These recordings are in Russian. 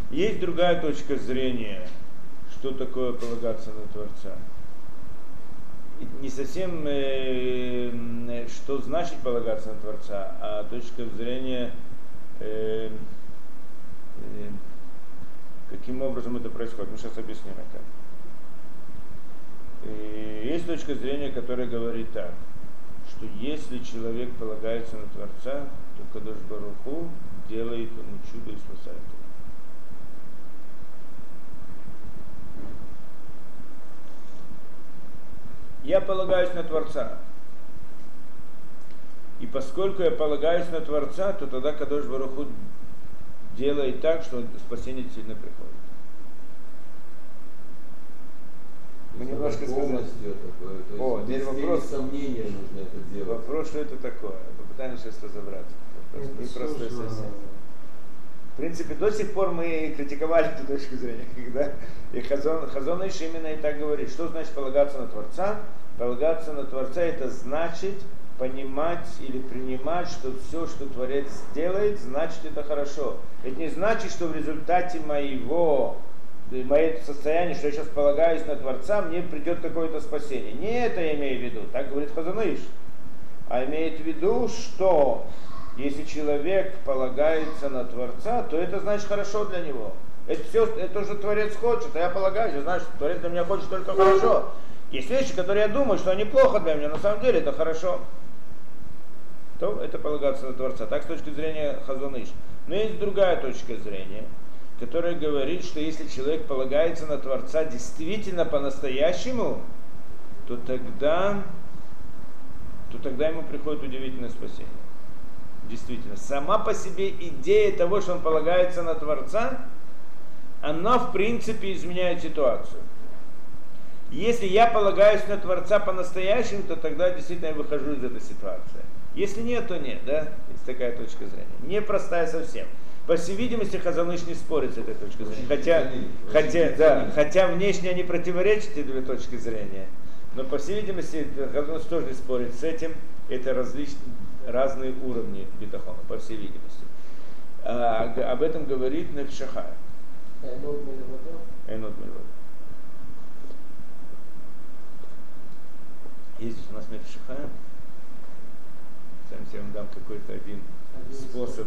Есть другая точка зрения, что такое полагаться на Творца. Не совсем, что значит полагаться на Творца, а точка зрения, каким образом это происходит. Мы сейчас объясним это. Есть точка зрения, которая говорит так, что если человек полагается на Творца, то Кадош Барух Ху делает ему чудо и спасает его. Я полагаюсь на Творца. И поскольку я полагаюсь на Творца, то тогда Кадош Барух Ху делает так, что спасение сильно приходит. Мы немножко сказали. О, теперь вопрос. Без сомнения нужно это делать. Вопрос, что это такое. Попытаемся сейчас разобраться. Непростой совсем. В принципе, до сих пор мы критиковали эту точку зрения, когда и Хазон Иш именно и так говорит. Что значит полагаться на Творца? Полагаться на Творца — это значит понимать или принимать, что все, что Творец делает, значит это хорошо. Это не значит, что в результате моего состояния, что я сейчас полагаюсь на Творца, мне придет какое-то спасение. Не это я имею в виду, так говорит Хазон Иш. А имеет в виду, что если человек полагается на Творца, то это значит хорошо для него. Это все, это уже Творец хочет, а я полагаюсь, я знаю, что Творец для меня хочет только хорошо. Есть вещи, которые я думаю, что они плохо для меня, на самом деле это хорошо. То это полагаться на Творца. Так с точки зрения Хазон Иш. Но есть другая точка зрения, которая говорит, что если человек полагается на Творца действительно по-настоящему, то тогда ему приходит удивительное спасение. Действительно, сама по себе идея того, что он полагается на Творца, она в принципе изменяет ситуацию. Если я полагаюсь на Творца по-настоящему, то тогда действительно я выхожу из этой ситуации. Если нет, то нет, да? Есть такая точка зрения. Непростая совсем. По всей видимости, Хазон Иш не спорит с этой точкой зрения. Хотя внешне они противоречат, эти две точки зрения. Но по всей видимости, Хазон Иш тоже не спорит с этим. Это разные уровни битахона, по всей видимости. Об этом говорит Нефеш Хая. Эйнот Мельвадо. Есть здесь у нас Нефеш Хая. Сам себе вам дам какой-то один способ.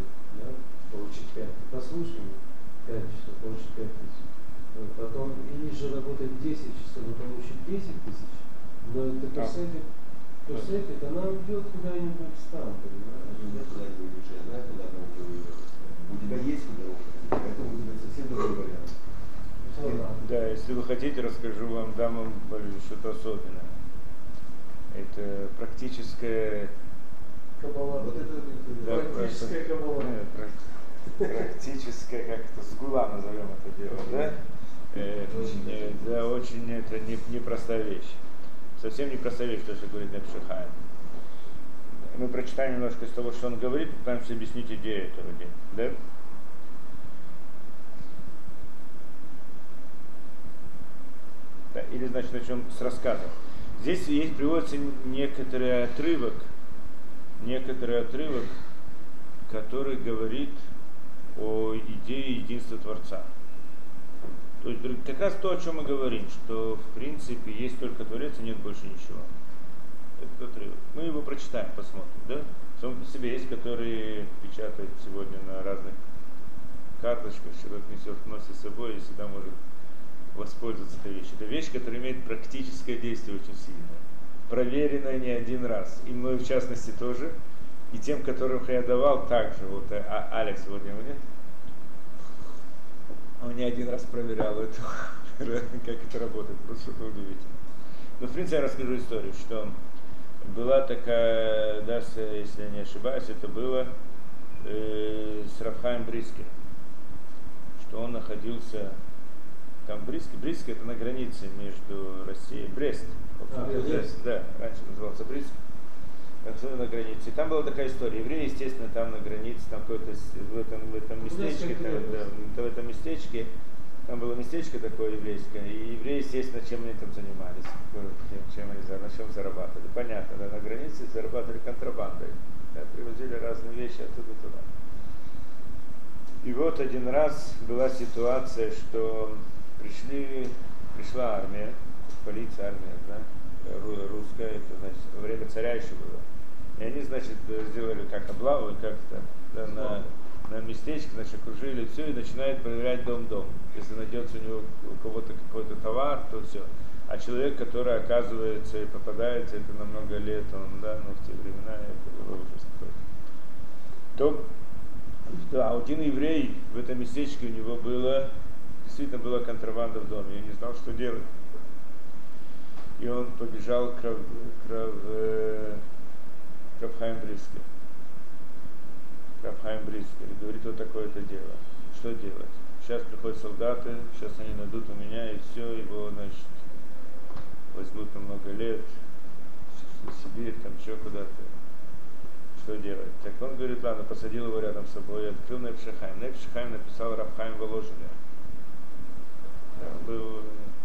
Послушаем 5 часов, получить 5 тысяч. Потом и же работать 10 часов, вы получите 10 тысяч, но это тосефет, она уйдет куда-нибудь там, понимаешь? Не куда не уйдешь, я знаю, куда она уйдет. У тебя есть куда уходить, поэтому у тебя совсем другой вариант. Да, если вы хотите, расскажу вам, дам вам что-то особенное. Это практическое... Каббала. Вот это Да, практическая каббала. Практическое, как это, сгула назовем это дело, да? Да, очень это непростая вещь. Совсем непростая вещь, то, что говорит Нефеш Хаим. Мы прочитаем немножко из того, что он говорит, попытаемся объяснить идею этого дела, да? Да, или, значит, начнем с рассказа. Здесь приводится некоторый отрывок, который говорит о идее единства Творца. То есть как раз то, о чем мы говорим, что в принципе есть только Творец и нет больше ничего. Этот отрывок. Мы его прочитаем, посмотрим, да? Сам по себе есть, которые печатают сегодня на разных карточках, человек носит с собой и всегда может воспользоваться этой вещью. Это вещь, которая имеет практическое действие очень сильное, проверенное не один раз. И мной в частности тоже. И тем, которым я давал, также. Вот Алекс сегодня его нет. Он не один раз проверял это, как это работает, просто что-то удивительно. Но в принципе я расскажу историю, что была такая, да, если я не ошибаюсь, это было с Рав Хаим Брискер, что он находился там Бриск это на границе между Россией и Брест. Брест, да, раньше назывался Бриск. На границе. И там была такая история. Евреи, естественно, там на границе, там какое-то в этом местечке, в этом местечке, там было местечко такое еврейское, и евреи, естественно, чем они там занимались, на чем зарабатывали. Понятно, да, на границе зарабатывали контрабандой, да, привозили разные вещи оттуда туда. И вот один раз была ситуация, что пришла армия, полиция, армия, да, русская, это значит, во время царя еще было. И они, значит, сделали как облаву, как-то да, на местечко, значит, окружили все и начинают проверять дом-дом. Если найдется у кого-то какой-то товар, то все. А человек, который оказывается и попадается, это на много лет, он, да, ну в те времена это было ужас какой-то. Да, один еврей в этом местечке, у него действительно была контрабанда в доме, и он не знал, что делать. И он побежал к Рав Хаим Брискер. Рав Хаим Брискер и говорит, вот такое-то дело. Что делать? Сейчас приходят солдаты, сейчас они найдут у меня, и все, его, значит, возьмут на много лет, в Сибирь, там еще куда-то. Что делать? Так он говорит, ладно, посадил его рядом с собой и открыл Нефеш Хаим. Нефеш Хаим написал Рав Хаим Воложенер. Он был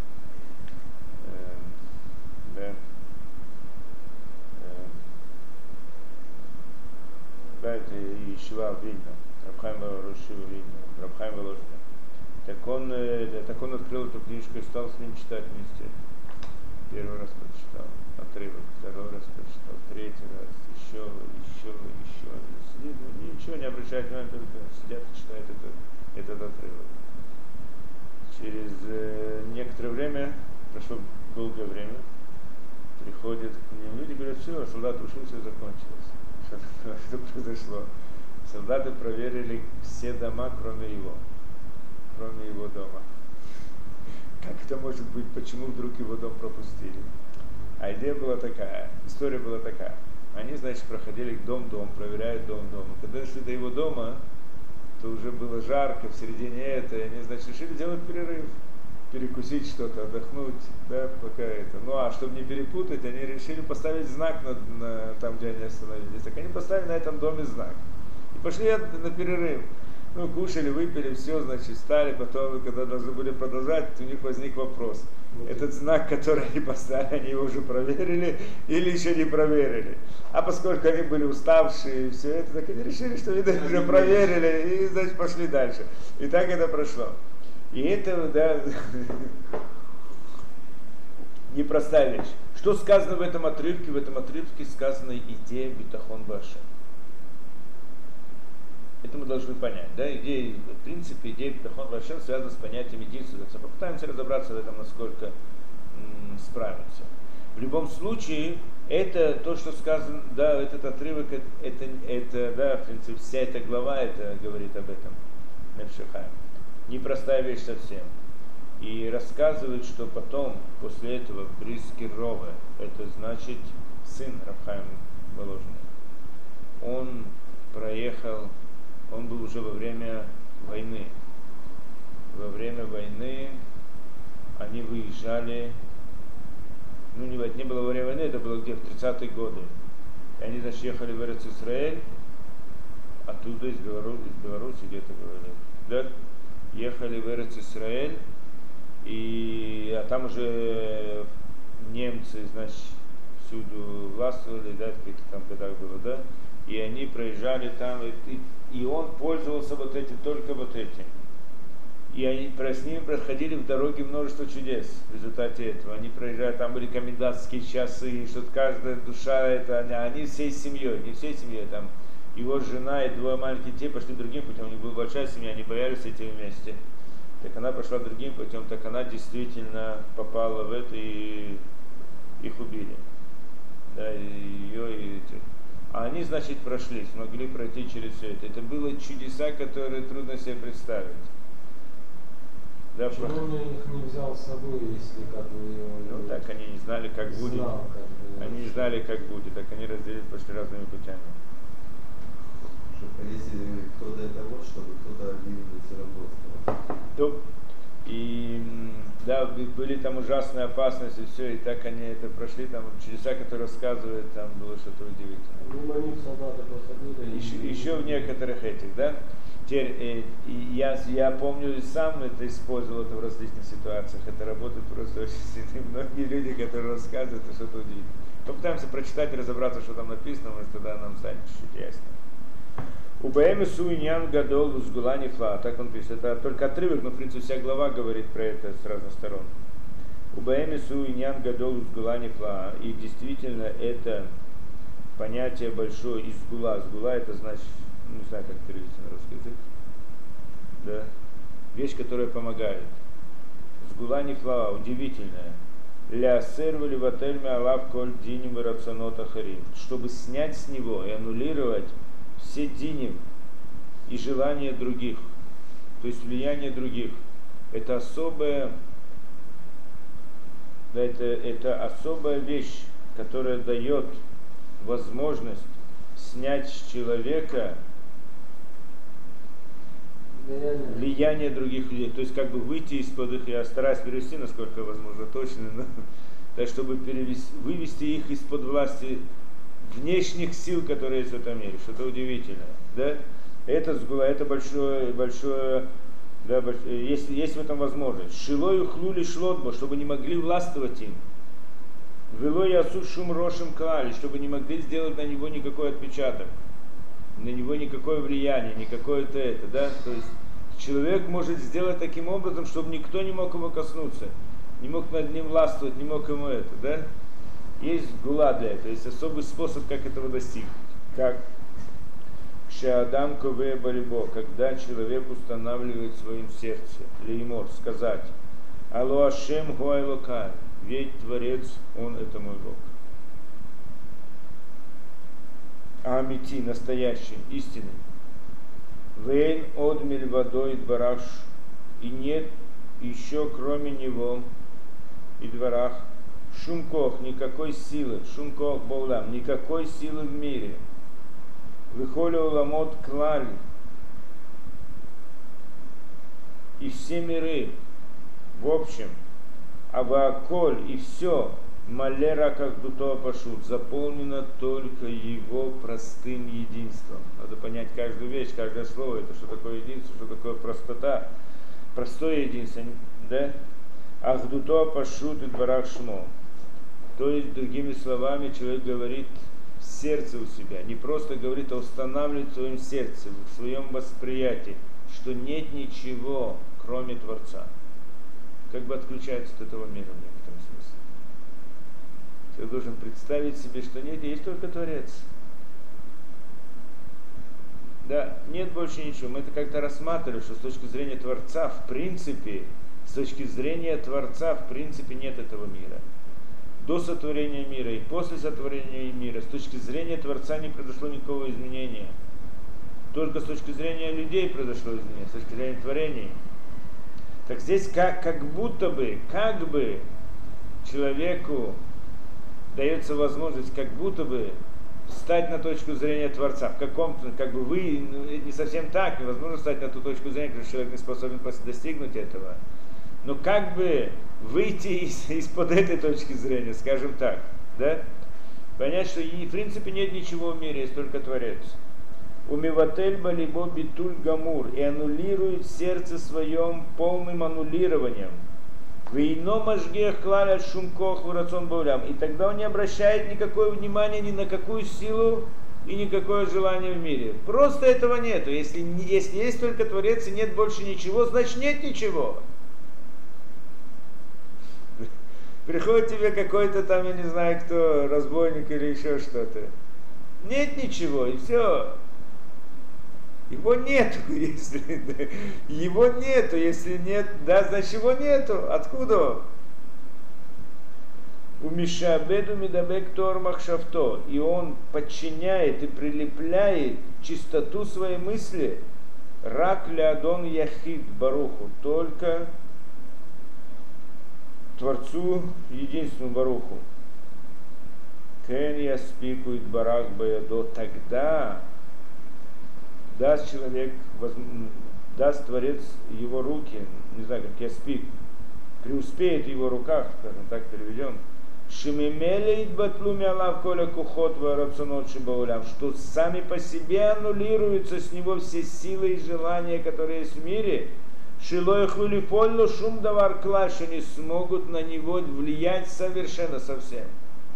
да, это Ишива Вильна, Рав Хаим Воложенер. Так он открыл эту книжку и стал с ним читать вместе. Первый раз прочитал отрывок, второй раз прочитал, третий раз, еще. Сидит, ничего не обращает внимания, только сидят и читают этот отрывок. Через некоторое время, прошло долгое время, приходят к ним люди, говорят, все, солдат ушел, все закончилось. Что произошло? Солдаты проверили все дома, кроме его дома. Как это может быть, почему вдруг его дом пропустили? А идея была такая, история была такая. Они, значит, проходили дом-дом, проверяют дом-дом. И когда дошли до его дома, то уже было жарко в середине этого, и они, значит, решили делать перерыв, перекусить что-то, отдохнуть, да, пока это. Ну, а чтобы не перепутать, они решили поставить знак там, где они остановились. Так они поставили на этом доме знак. И пошли на перерыв. Ну, кушали, выпили, все, значит, встали, потом, когда должны были продолжать, у них возник вопрос. Этот знак, который они поставили, они его уже проверили или еще не проверили. А поскольку они были уставшие и все это, так они решили, что видно, уже проверили, и, значит, пошли дальше. И так это прошло. И это, да, непростая вещь. Что сказано в этом отрывке? В этом отрывке сказана идея битахон башем. Это мы должны понять. Да? Идея, в принципе, идея Битахон Вашем связана с понятием единства. Попытаемся разобраться в этом, насколько справимся. В любом случае, это то, что сказано, да, этот отрывок, это да, в принципе, вся эта глава, это говорит об этом. Невшихаем. Непростая вещь совсем. И рассказывает, что потом, после этого, Брискирова, это значит сын Рабхаим Воложный, он проехал, он был уже во время войны. Во время войны они выезжали, ну не было во время войны, это было где в 30-е годы. И они, значит, ехали в Эрец-Исраэль, оттуда из Беларуси где-то говорили, да, ехали в Эрец-Исраэль, а там уже немцы, значит, всюду властвовали, да, в каких-то там годах было, да, и они проезжали там, и он пользовался вот этим, только вот этим. И с ними проходили в дороге множество чудес в результате этого. Они проезжали, там были комендантские часы, что каждая душа, они всей семьей, не всей семьей, там его жена и двое маленьких детей пошли другим путем, у них была большая семья, они боялись идти вместе. Так она пошла другим путем, так она действительно попала в это, и их убили. Да, А они, значит, прошли, смогли пройти через все это. Это было чудеса, которые трудно себе представить. Да, почему он их не взял с собой, если как бы... Ну так, они не знали, как будет. Они не знали, как будет, так они разделились, пошли разными путями. Если кто-то это вот, чтобы кто-то один все равно. И да, были там ужасные опасности, все, и так они это прошли, там чудеса, которые рассказывают, там было что-то удивительное. Мимо них солдаты проходили. Еще в некоторых этих, да. Теперь я помню, сам это использовал это в различных ситуациях. Это работает просто очень сильно. Многие люди, которые рассказывают, это что-то удивительное. Попытаемся прочитать и разобраться, что там написано, может тогда нам станет чуть-чуть яснее. У БМ Суиньян Гадол Узгула Нифла, так он пишет. Это только отрывок, но в принципе вся глава говорит про это с разных сторон. У БМ Суиньян Гадол Узгула Нифла, и действительно это понятие большое из Сгула. Сгула это значит, не знаю, как перевести на русский язык. Да? Вещь, которая помогает. Сгула Нифла, удивительная. Ля сервали в отельме алав коль диним и рацанота харим. Чтобы снять с него и аннулировать все диним и желания других, то есть влияние других. Это особая, это особая вещь, которая дает возможность снять с человека влияние других людей. То есть как бы выйти из-под их, я стараюсь перевести, насколько возможно точно, но, так, чтобы вывести их из-под власти внешних сил, которые есть в этом мире, что-то удивительное, да? Это сгула, это большое, да, есть в этом возможность. Шилою хлули шлотбо, чтобы не могли властвовать им. Вело ясу шум рошим клали, чтобы не могли сделать на него никакой отпечаток, на него никакое влияние, никакое-то это, да? То есть человек может сделать таким образом, чтобы никто не мог его коснуться, не мог над ним властвовать, не мог ему это, да? Есть гула для этого, есть особый способ, как этого достигнуть. Как Шеадам кове балибо, когда человек устанавливает в своем сердце, леймор, сказать, Алло Ашем Гуайлокай, ведь Творец, Он это мой Бог. Амити, настоящий, истинный. Вейн од мильвадой дбараш, и нет еще кроме него и дворах шумкох, никакой силы, шумкох баулам, никакой силы в мире. Выхоли уламот клаль, и все миры, в общем, авааколь, и все, малера как дуто пашут, заполнено только его простым единством. Надо понять каждую вещь, каждое слово, это что такое единство, что такое простота, простое единство, да? Ахдуто пашут и дбарах шмо. То есть, другими словами, человек говорит в сердце у себя, не просто говорит, а устанавливает в своем сердце, в своем восприятии, что нет ничего, кроме Творца. Как бы отключается от этого мира в некотором смысле. Человек должен представить себе, что нет, есть только Творец. Да, нет больше ничего. Мы это как-то рассматривали, что с точки зрения Творца, в принципе, с точки зрения Творца, в принципе, нет этого мира. До сотворения мира и после сотворения мира, с точки зрения Творца не произошло никакого изменения. Только с точки зрения людей произошло изменение, с точки зрения творений. Так здесь как будто бы, человеку дается возможность, как будто бы встать на точку зрения Творца. В каком-то, не совсем так, невозможно встать на ту точку зрения, потому что человек не способен достигнуть этого. Но как бы выйти из-под этой точки зрения, скажем так, да? Понять, что в принципе нет ничего в мире, есть только Творец. Умиватель балибо битуль гамур, и аннулирует сердце своем полным аннулированием. Вейно мажгех клаля шумкох врацон баулям. И тогда он не обращает никакое внимание ни на какую силу и никакое желание в мире. Просто этого нету. Если есть только Творец и нет больше ничего, значит нет ничего. Приходит тебе какой-то там, я не знаю кто, разбойник или еще что-то. Нет ничего, и все. Его нету, его нету, если нет, да, значит его нету. Откуда? У Мишабеду Мидабек Тор Махшавто. И он подчиняет и прилепляет чистоту своей мысли. Рак Леадон Яхид Баруху. Только Творцу единственному Баруху. Кен яспикует барак баядо. Тогда даст человек, даст Творец его руки, не знаю, как яспик, преуспеет в его руках, скажем так переведем, шимимелеит батлуми алав коля кухот варацунот шибаулям, что сами по себе аннулируются с него все силы и желания, которые есть в мире, шилой хлулифолло шум давар клаши, не смогут на него влиять совершенно совсем.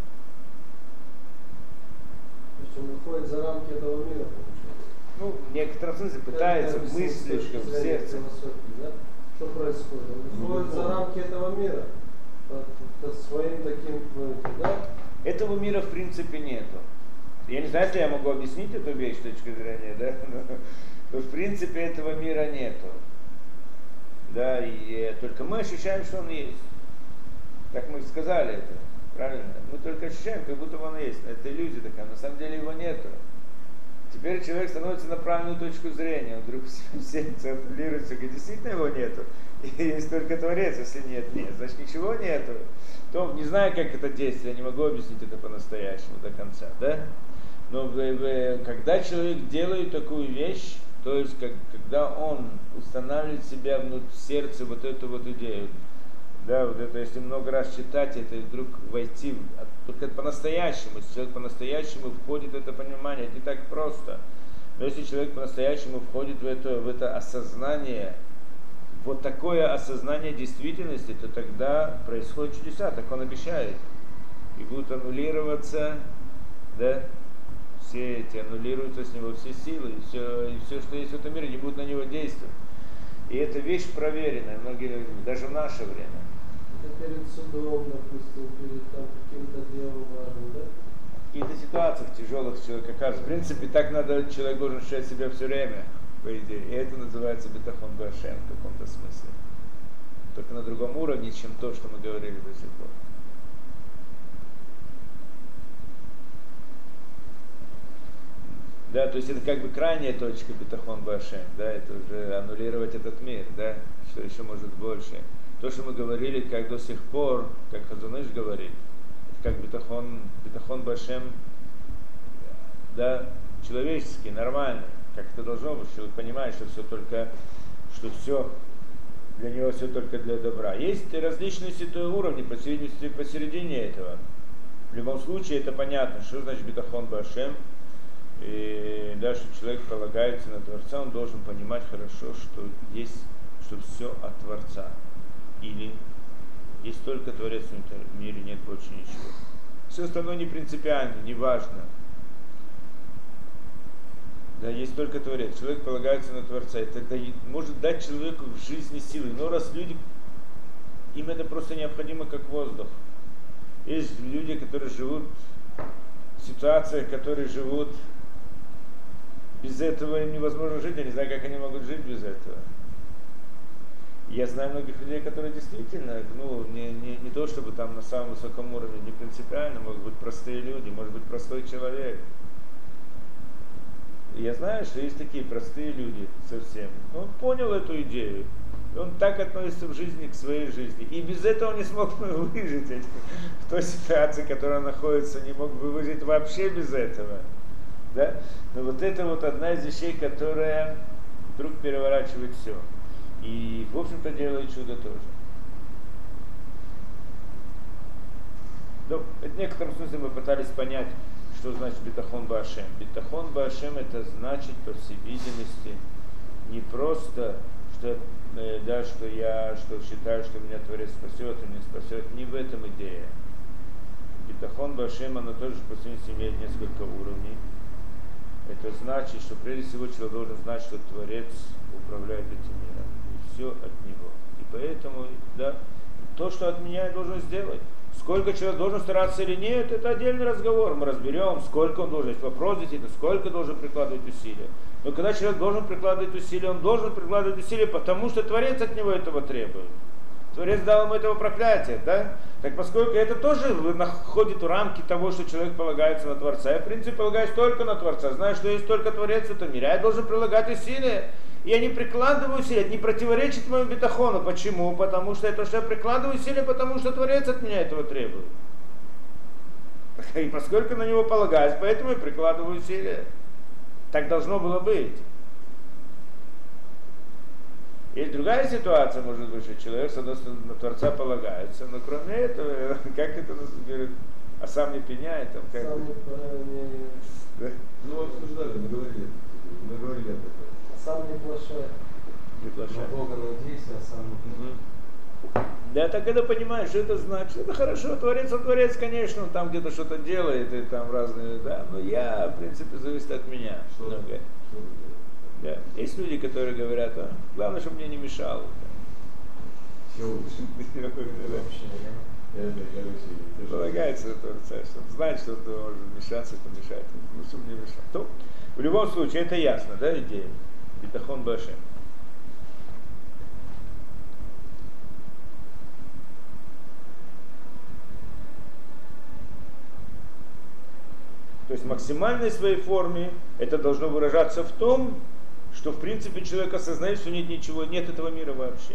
То есть он выходит за рамки этого мира, получается. Ну, в некотором смысле пытается в мысли, в сердце. Да? Что происходит? Он выходит за рамки этого мира. По своим таким, да? Этого мира в принципе нету. Я не знаю, если я могу объяснить эту вещь с точки зрения, да? Но в принципе этого мира нету. Да, и только мы ощущаем, что он есть. Как мы сказали это, правильно? Мы только ощущаем, как будто он есть. Это иллюзия такая, на самом деле его нету. Теперь человек становится на правильную точку зрения, он вдруг в сердце апеллируется, говорит, действительно его нету. И есть только Творец, если нет, значит ничего нету. То не знаю, как это действие, я не могу объяснить это по-настоящему до конца, да? Но когда человек делает такую вещь, то есть когда он устанавливает себя в сердце вот эту вот идею, да, вот это, если много раз читать, это вдруг войти, только по-настоящему, если человек по-настоящему входит в это понимание, это не так просто. Но если человек по-настоящему входит в это осознание, вот такое осознание действительности, то тогда происходят чудеса, так он обещает. И будут аннулироваться, да, все эти, аннулируются с него все силы, и все, что есть в этом мире, не будут на него действовать. И эта вещь проверенная, многие люди, даже в наше время. Это перед судом, допустим, перед каким-то делом важным, да? В каких-то ситуациях тяжелых человек оказывается. В принципе, так надо, человек должен ощущать себя все время, по идее. И это называется бетахон башем в каком-то смысле. Только на другом уровне, чем то, что мы говорили до сих пор. Да, то есть это как бы крайняя точка бетахон башем, да, это уже аннулировать этот мир, да, что еще может больше. То, что мы говорили, как до сих пор, как Хазон Иш говорит, это как бетахон башем, да, человеческий, нормальный, как это должно быть, человек понимает, что все для него все только для добра. Есть различные уровни, посередине этого. В любом случае это понятно, что значит бетахон башем. И даже человек полагается на Творца, он должен понимать хорошо, что все от Творца. Или есть только Творец в мире, нет больше ничего. Все остальное не принципиально, не важно. Да, есть только Творец. Человек полагается на Творца. Это может дать человеку в жизни силы. Но раз люди, им это просто необходимо как воздух. Есть люди, которые живут в ситуациях, которые живут Без этого им невозможно жить, я не знаю, как они могут жить без этого. Я знаю многих людей, которые действительно, не то чтобы там на самом высоком уровне, не принципиально, могут быть простые люди, может быть простой человек. Я знаю, что есть такие простые люди совсем. Он понял эту идею. Он так относится в жизни к своей жизни. И без этого он не смог бы выжить в той ситуации, в которой он находится, не мог бы выжить вообще без этого. Да? Но вот это вот одна из вещей, которая вдруг переворачивает все. И, в общем-то, делает чудо тоже. Ну, в некотором смысле мы пытались понять, что значит битахон баашем. Битахон баашем это значит, по всей видимости, не просто, что я считаю, что меня Творец спасет и не спасет. Не в этом идея. Битахон баашем, оно тоже, по всей видимости, имеет несколько уровней. Это значит, что прежде всего человек должен знать, что Творец управляет этим миром. И все от него. И поэтому, да, то, что от меня, я должен сделать. Сколько человек должен стараться или нет, это отдельный разговор. Мы разберем, сколько он должен. Есть вопрос действительно, сколько должен прикладывать усилия. Но когда человек должен прикладывать усилия, он должен прикладывать усилия, потому что Творец от него этого требует. Творец дал ему этого проклятия, да? Так поскольку это тоже находит в рамки того, что человек полагается на Творца. Я, в принципе, полагаюсь только на Творца. Знаю, что есть только Творец в этом мире. Я должен прилагать усилия. Я не прикладываю усилия, это не противоречит моему битахону. Почему? Потому что это, что я прикладываю усилия, потому что Творец от меня этого требует. И поскольку на него полагаюсь, поэтому я прикладываю усилия. Так должно было быть. Есть другая ситуация, может быть, что человек, с одной стороны, на Творца полагается, но кроме этого, как это говорит, а сам не пеняет, там как сам бы. не... Ну, обсуждали, мы говорили об этом. Сам не плашай. Не плашай. На Бога надейся, а сам не... Да, так это понимаешь, что это значит. Это хорошо, Творец, конечно, он там где-то что-то делает, и там разные, да, но я, в принципе, зависит от меня. Что? Да. Есть люди, которые говорят, главное, чтобы мне не мешало. Все лучше. Полагается на Творца, чтобы знать, что ты можешь вмешаться, помешать. Ну, чтобы не мешал. То, в любом случае, это ясно, да, идея? Битахон баашем. То есть в максимальной своей форме это должно выражаться в том, что в принципе человек осознает, что нет ничего, нет этого мира вообще.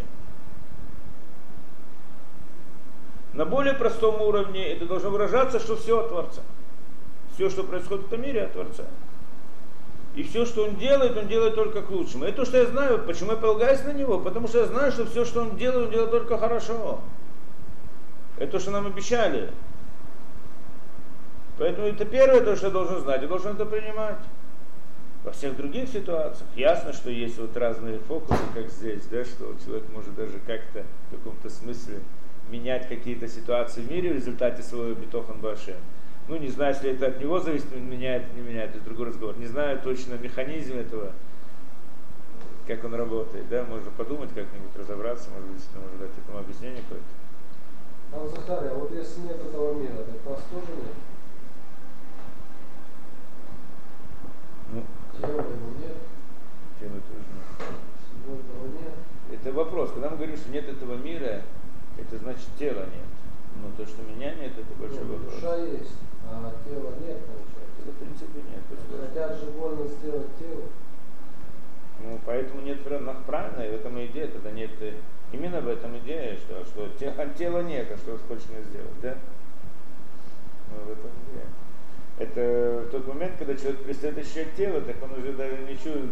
На более простом уровне это должно выражаться, что все от Творца. Все, что происходит в этом мире, от Творца. И все, что он делает только к лучшему. Это то, что я знаю, почему я полагаюсь на него, потому что я знаю, что все, что он делает только хорошо. Это то, что нам обещали. Поэтому это первое, то, что я должен знать, я должен это принимать. Во всех других ситуациях ясно, что есть вот разные фокусы, как здесь, да, что человек может даже как-то в каком-то смысле менять какие-то ситуации в мире в результате своего битахон баашем. Ну, не знаю, если это от него зависит, меняет, не меняет, это другой разговор. Не знаю точно механизм этого, как он работает, да, можно подумать как-нибудь, разобраться, может быть, можно дать этому объяснение какое-то. Захария, а вот если нет этого мира, то нас тоже нет? Ну, Тела его нет. Тела тоже нет. Всего этого нет. Это вопрос. Когда мы говорим, что нет этого мира, это значит тела нет. Но то, что меня нет, это большой вопрос. Душа есть, а тела нет, получается. Это в принципе нет. Хотят же больно сделать тело. Ну, поэтому нет правильно, и в этом и идея, тогда нет, именно в этом идея, что тела нет, а что хочешь мне сделать, да? Ну, в этом идея. Это в тот момент, когда человек перестает ощущать тело, так он уже даже не чует.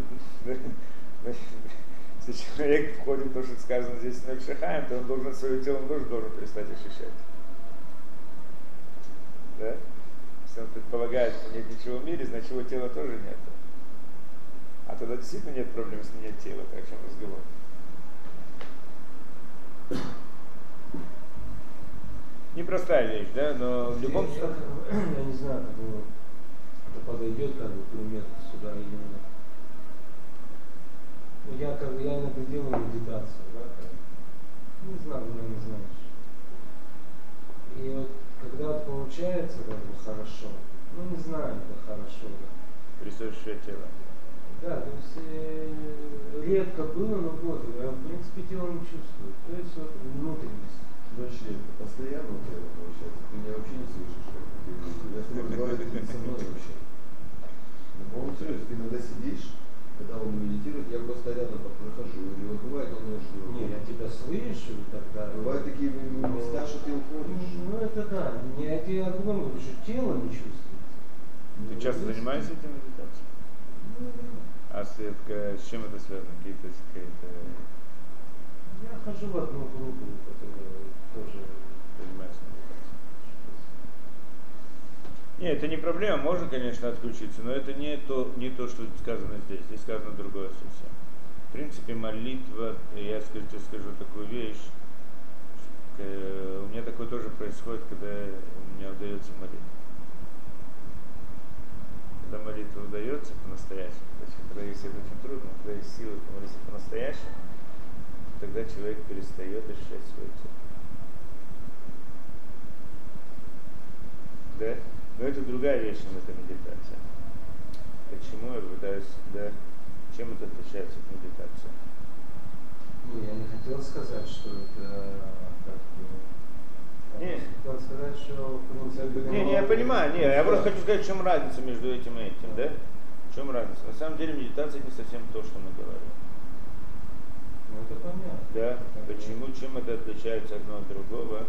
Если человек входит в то, что сказано здесь в Нефшахаим, то он должен свое тело тоже должен перестать ощущать. Да? Если он предполагает, что нет ничего в мире, значит его тела тоже нет. А тогда действительно нет проблем, если нет тела, так о чем разговор. Непростая вещь, да, но в любом случае... Я не знаю, как это подойдет, как бы, пример сюда или нет. Я иногда делаю медитацию, да, не знаю, не знаешь. И вот когда вот получается как бы хорошо, ну не знаю, это хорошо. Перестаешь ощущать тело. Да, то есть редко было, но вот, а в принципе тело не чувствует. То есть вот внутренность. Значит, это постоянно у тебя получается. Ты меня вообще не слышишь. Я с тобой разговариваю, ты не со мной вообще. Ну, по-моему, серьезно, ты иногда сидишь, когда он медитирует, я просто рядом прохожу, и вот бывает он меня ждет. Не, я тебя слышу тогда. Бывают такие места, что ты уходишь. Ну это да. Не, это я думаю, потому что тело не чувствует. Ты часто занимаешься этим медитацией? А с чем это связано? Какие-то... Я хожу в одну группу, которая тоже занимается медитацией. Нет, это не проблема, можно, конечно, отключиться, но это не то, что сказано здесь. Здесь сказано другое совсем. В принципе, молитва, я скажу такую вещь, у меня такое тоже происходит, когда у меня удается молиться. Когда молитва удается по-настоящему, то есть когда есть это очень трудно, когда есть силы помолиться по-настоящему, тогда человек перестает ощущать свое тело. Да? Но это другая вещь, чем это медитация. Почему я пытаюсь всегда, чем это отличается от медитации? Не, я не хотел сказать, что это как бы... Я хотел сказать, что в принципе... Не, я понимаю, я просто хочу сказать, в чем разница между этим и этим, да? В чем разница? На самом деле медитация не совсем то, что мы говорим. Ну это понятно. Да? Почему, чем это отличается одно от другого?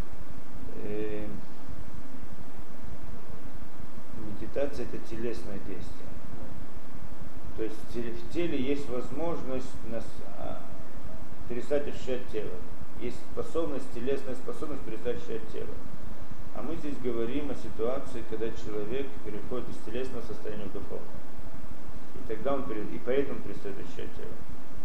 Медитация это телесное действие. То есть в теле есть возможность перестать ощущать тело. Есть способность, телесная способность перестать ощущать тело. А мы здесь говорим о ситуации, когда человек переходит из телесного состояния в духовное. И тогда и поэтому перестает ощущать тело.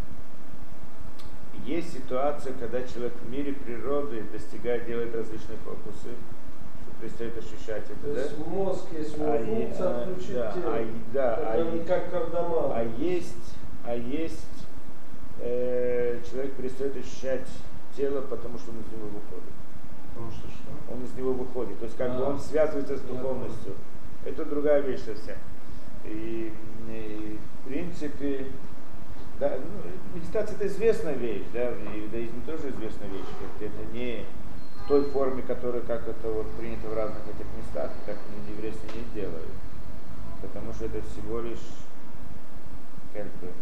Есть ситуация, когда человек в мире природы делает различные фокусы, что перестает ощущать это. То есть мозг есть у него функция отключить тело. Как кардамал. А есть человек перестает ощущать тело, потому что он из него выходит. Потому что что? Он из него выходит. То есть как бы он связывается с духовностью. Это другая вещь совсем. И в принципе, да, медитация это известная вещь, да, в иудаизме тоже известная вещь. Это не в той форме, которая как это вот принято в разных этих местах, так в еврействе не делают. Потому что это всего лишь как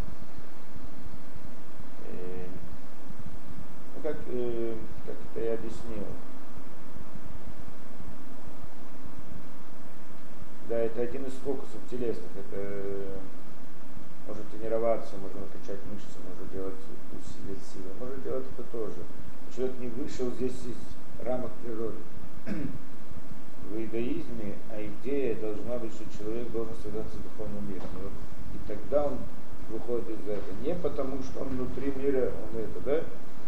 это я объяснил. Да, это один из фокусов телесных. Это может тренироваться, можно накачать мышцы, можно делать усилить силы, можно делать это тоже. Человек не вышел здесь из рамок природы. В иудаизме идея должна быть, что человек должен связаться с духовным миром. И тогда он выходит из этого. Не потому, что он внутри мира, он это, да?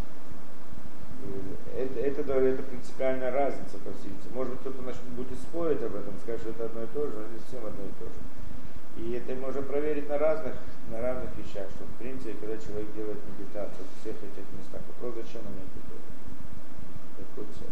Это принципиальная разница, по всей видимости. Может быть, кто-то будет спорить об этом, скажет, что это одно и то же, но здесь всем одно и то же. И это можно проверить на разных вещах, что в принципе, когда человек делает медитацию в всех этих местах, вопрос, зачем он это делает? Какой цель?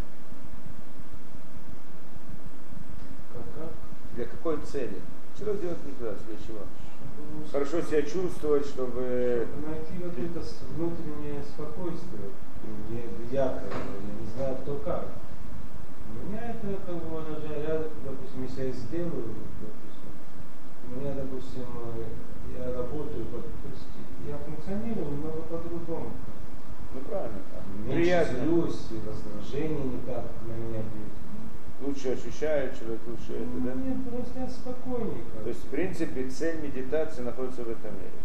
Как? Для какой цели? Человек делает медитацию, для чего? Хорошо себя чувствовать, чтобы найти вот это внутреннее спокойствие. Я не знаю, кто как. Меня это как бы выражает, допустим, если я сделаю, допустим, у меня, допустим, я работаю, то есть я функционирую немного по-другому. Ну правильно. Меньше злюсь, раздражение никак на меня бьет. Лучше ощущает человек, лучше это, да? Нет, просто я спокойнее. То есть, в принципе, цель медитации находится в этом мире.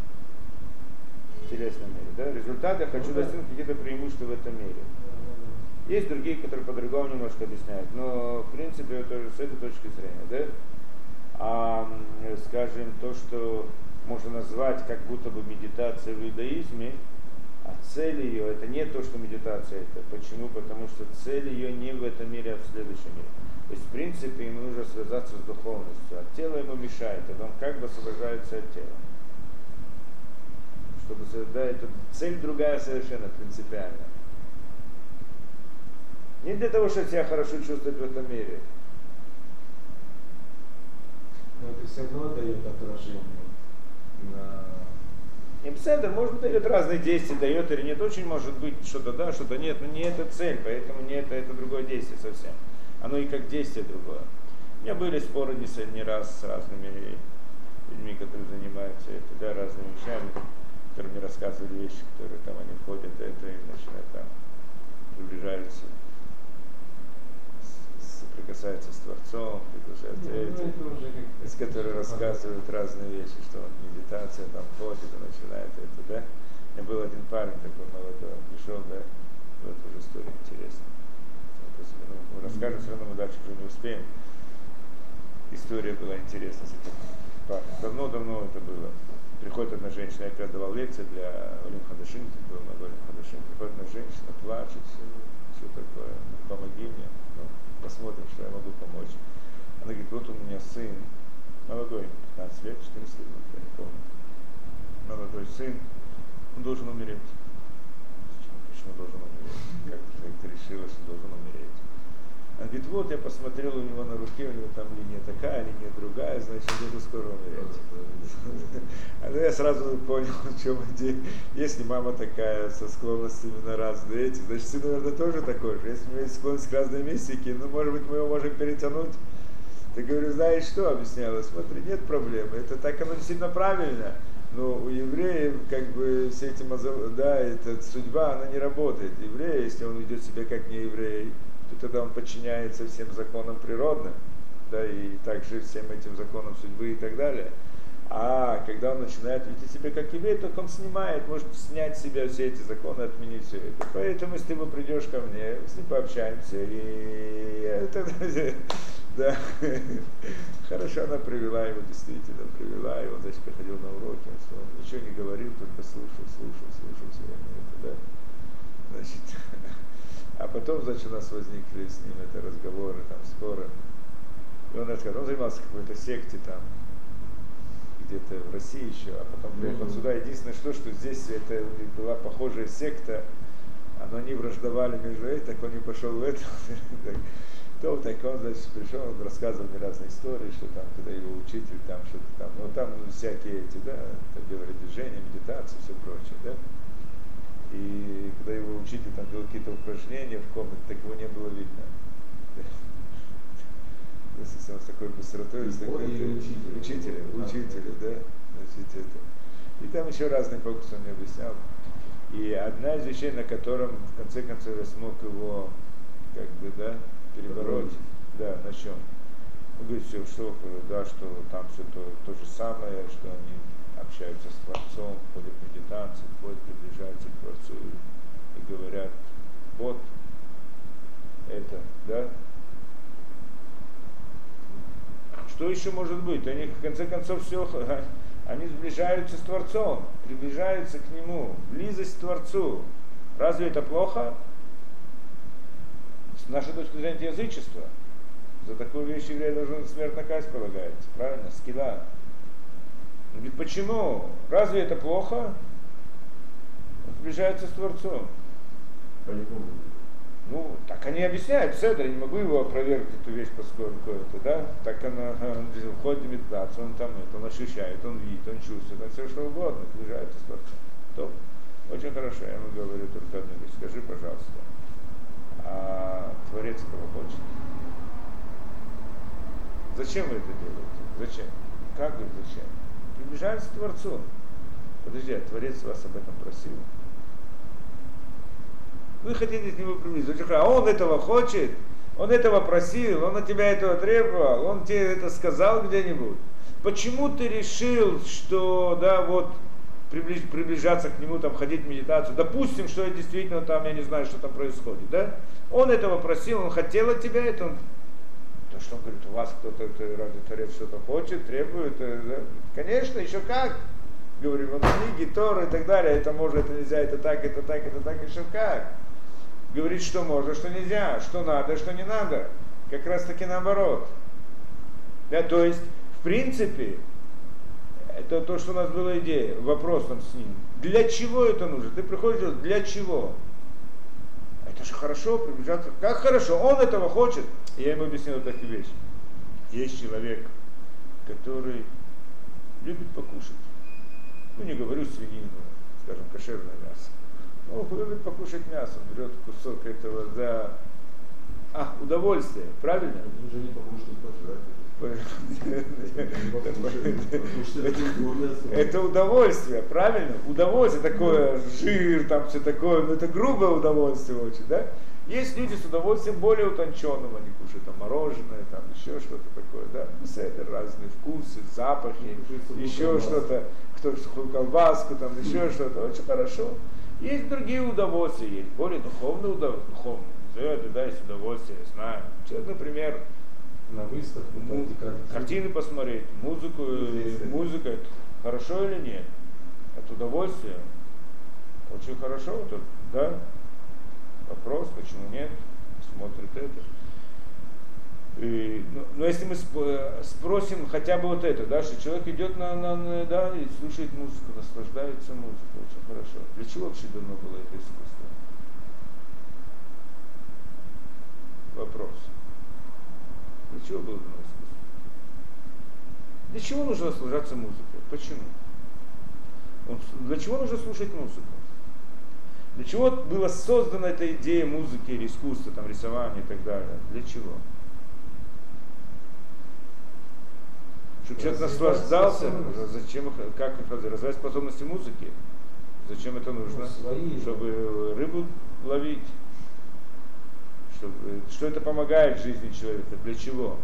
В телесном мире, да? Результат я хочу достигнуть какие-то преимущества в этом мире. Есть другие, которые по-другому немножко объясняют, но, в принципе, это с этой точки зрения, да? Скажем, то, что можно назвать как будто бы медитацией в иудаизме, а цель ее, это не то, что медитация это. Почему? Потому что цель ее не в этом мире, а в следующем мире. То есть, в принципе, ему нужно связаться с духовностью, а тело ему мешает, это он как бы освобождается от тела. Чтобы, да, это цель другая совершенно, принципиально. Не для того, чтобы себя хорошо чувствовать в этом мире. Но это все равно дает отражение. на... И Бседер, может быть, дает разные действия, дает или нет. Очень может быть что-то да, что-то нет, но не это цель, поэтому не это другое действие совсем. Оно и как действие другое. У меня были споры не раз с разными людьми, которые занимаются это, да, разными вещами, которые мне рассказывали вещи, которые там они входят, это и начинают там приближаются, соприкасаются с Творцом, с которыми рассказывают разные вещи, что он медитация там ходит и начинает это, да. У меня был один парень такой молодой, он пришел, да, вот уже история интересная. Мы расскажем, все равно мы дальше уже не успеем. История была интересна с этим парнем. Давно это было. Приходит одна женщина, я когда давал лекции для Олим Хадашим, был много Олим Хадашим, приходит одна женщина, плачет, все такое, помоги мне, ну, посмотрим, что я могу помочь. Она говорит, вот у меня сын, молодой, 15 лет, 14 лет, я не помню, молодой сын, он должен умереть. Почему должен умереть? Как ты решила, что должен умереть? Она говорит, вот я посмотрел у него на руке, у него там линия такая, линия другая, значит, он должен скоро умереть. А я сразу понял, в чем идея. Если мама такая, со склонностями на разные эти, значит, сын, наверное, тоже такой же. Если у него есть склонность к разной мистике, ну, может быть, мы его можем перетянуть. Ты говорю, знаешь что, объясняла, смотри, нет проблемы, это так оно действительно правильно. Но у евреев, как бы, все эти да, эта судьба, она не работает. Еврей, если он ведет себя как не еврей, то тогда он подчиняется всем законам природным, да, и также всем этим законам судьбы и так далее. А когда он начинает вести себя как еврей, то он снимает, может снять с себя все эти законы, отменить все это. Поэтому, если ты придешь ко мне, с ним пообщаемся, и это, да, хорошо она привела его, действительно привела, и он, значит, приходил на уроки, он ничего не говорил, только слушал все время это, да, значит, а потом, значит, у нас возникли с ним это разговоры, там, споры, и он рассказал, он занимался в какой-то секте там, где-то в России еще, а потом приехал сюда. Единственное, что здесь это была похожая секта, но они враждовали между этим, так он не пошел в это. То так он, значит, пришел, он рассказывал мне разные истории, что там, когда его учитель, там что-то там, ну там всякие эти, да, делали движения, медитации, все прочее, да. И когда его учитель там делал какие-то упражнения в комнате, так его не было видно. Если он с такой быстротой, учителя, да, значит, это. И там еще разные фокусы он мне объяснял. И одна из вещей, на котором, в конце концов, я смог его, как бы, да, перебороть, да, на чем? Он говорит, все, что, да, что там все то же самое, что они общаются с Творцом, ходят в медитацию, приближаются к Творцу и говорят, вот, это, да. Что еще может быть? Они, в конце концов, все, они сближаются с Творцом, приближаются к Нему, близость к Творцу. Разве это плохо? С нашей точки зрения, это язычество. За такую вещь еврей должен смертная казнь полагается, правильно? Скила. Он говорит, почему? Разве это плохо? Он сближается с Творцом. По-любому. Ну, так они объясняют, Седр, я не могу его опровергнуть, эту вещь, поскольку это, да, так она входит в медитацию, он там это, он ощущает, он видит, он чувствует, он все что угодно, сближается с Творцом. То, очень хорошо, я ему говорю только одну вещь, скажи, пожалуйста, а Творец этого хочет? Зачем вы это делаете? Зачем? Как говорит, зачем? Приближаются к Творцу. Подожди, а Творец вас об этом просил? Вы хотите к нему приблизиться, а он этого хочет, он этого просил, он от тебя этого требовал, он тебе это сказал где-нибудь. Почему ты решил, что, да, вот, приближаться к нему, там, ходить в медитацию? Допустим, что действительно там, я не знаю, что там происходит, да? Он этого просил, он хотел от тебя это, он... То, что он говорит, у вас кто-то, разве Творец что-то хочет, требует, да? Конечно, еще как. Говорим, он книги, Торы и так далее, это можно, это нельзя, это так, еще как. Говорит, что можно, что нельзя, что надо, что не надо. Как раз таки наоборот. Да, то есть, в принципе, это то, что у нас была идея, вопрос там с ним. Для чего это нужно? Ты приходишь, для чего? Это же хорошо, приближаться. Как хорошо, он этого хочет. Я ему объяснил такую вещь. Есть человек, который любит покушать. ну не говорю свинину, скажем, кошерное мясо. Ну, любит покушать мясо, он берет кусок этого, да. Удовольствие, правильно? Они уже не покушают пожрать. Это удовольствие, правильно? Удовольствие такое, жир, там все такое, но это грубое удовольствие очень, да? Есть люди с удовольствием более утонченным, они кушают там мороженое, там еще что-то такое, да? Это разные вкусы, запахи, еще что-то, кто-то колбаску, там еще что-то, очень хорошо. Есть другие удовольствия, есть более духовные удовольствия, это, да, есть удовольствие, я знаю. Человек, например, на выставку, картины посмотреть, музыка, это хорошо или нет? Это удовольствие. Очень хорошо, это, да? Вопрос, почему нет? Смотрит это. Но если мы спросим хотя бы вот это, да, что человек идет да, и слушает музыку, наслаждается музыкой, очень хорошо. Для чего вообще давно было это искусство? Вопрос. Для чего было дано искусство? Для чего нужно наслаждаться музыкой? Почему? Для чего нужно слушать музыку? Для чего была создана эта идея музыки или искусства, там, рисования и так далее? Для чего? Чтобы человек наслаждался, зачем, как развивать способности музыки? Зачем это нужно? Чтобы рыбу ловить. Что это помогает жизни человека? Для чего?